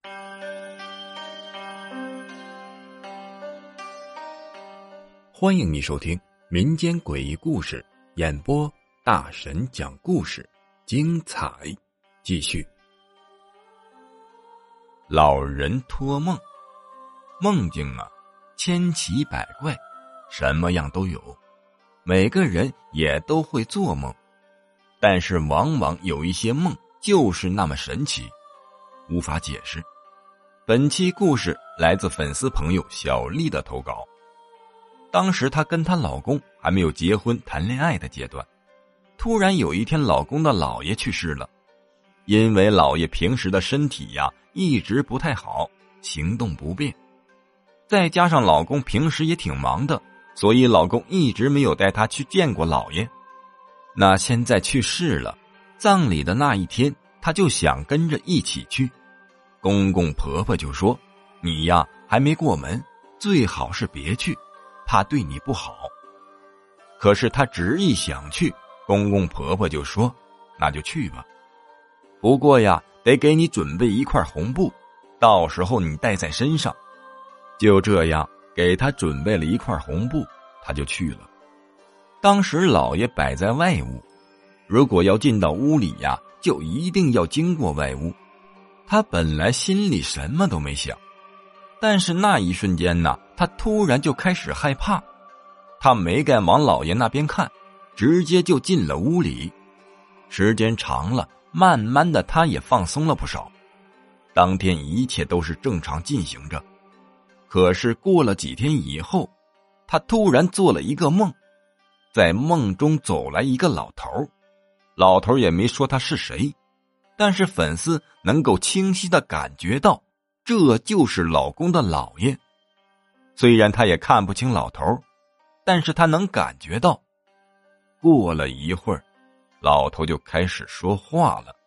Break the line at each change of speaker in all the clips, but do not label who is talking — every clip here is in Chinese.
欢迎你收听民间诡异故事演播，大神讲故事，精彩继续。老人托梦，梦境啊，千奇百怪，什么样都有，每个人也都会做梦，但是往往有一些梦就是那么神奇，无法解释。本期故事来自粉丝朋友小丽的投稿。当时她跟她老公还没有结婚谈恋爱的阶段，突然有一天老公的姥爷去世了。因为姥爷平时的身体呀一直不太好，行动不便，再加上老公平时也挺忙的，所以老公一直没有带她去见过姥爷。那现在去世了，葬礼的那一天她就想跟着一起去。公公婆婆就说，你呀还没过门，最好是别去，怕对你不好。可是她执意想去，公公婆婆就说，那就去吧，不过呀得给你准备一块红布，到时候你带在身上。就这样给她准备了一块红布，她就去了。当时姥爷摆在外屋，如果要进到屋里呀，就一定要经过外屋。她本来心里什么都没想，但是那一瞬间呢，她突然就开始害怕。她没敢往姥爷那边看，直接就进了屋里。时间长了，慢慢的她也放松了不少。当天一切都是正常进行着。可是过了几天以后，她突然做了一个梦，在梦中走来一个老头，老头也没说他是谁，但是粉丝能够清晰地感觉到这就是老公的姥爷。虽然他也看不清老头，但是他能感觉到。过了一会儿，老头就开始说话了。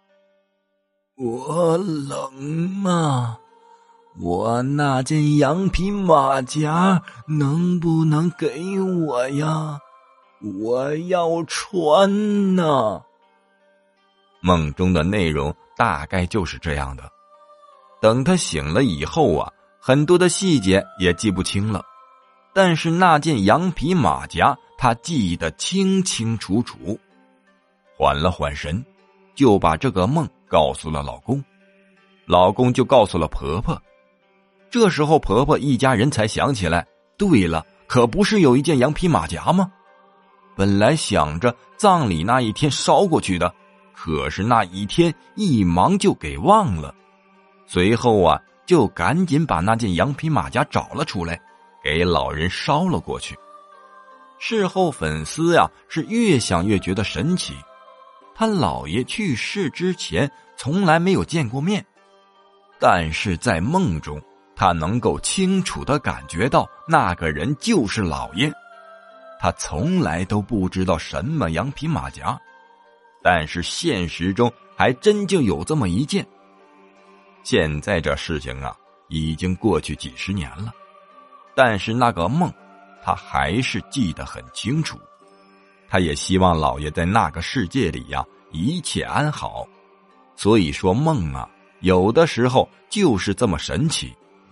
我冷啊，我那件羊皮马甲能不能给我呀？我要穿呢。梦中的内容大概就是这样的。等他醒了以后啊，很多的细节也记不清了，但是那件羊皮马甲他记得清清楚楚。缓了缓神，就把这个梦告诉了老公，老公就告诉了婆婆。这时候婆婆一家人才想起来，对了，可不是有一件羊皮马甲吗？本来想着葬礼那一天烧过去的，可是那一天一忙就给忘了。随后啊，就赶紧把那件羊皮马甲找了出来，给老人烧了过去。事后粉丝呀是越想越觉得神奇，他姥爷去世之前从来没有见过面，但是在梦中他能够清楚地感觉到那个人就是姥爷。他从来都不知道什么羊皮马甲，但是现实中还真就有这么一件。现在这事情啊已经过去几十年了，但是那个梦他还是记得很清楚。他也希望姥爷在那个世界里呀一切安好。所以说梦啊有的时候就是这么神奇。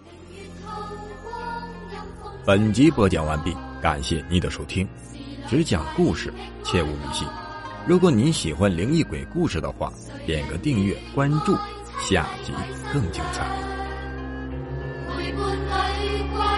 本集播讲完毕，感谢你的收听。只讲故事，切勿迷信。如果您喜欢灵异鬼故事的话，点个订阅关注，下集更精彩。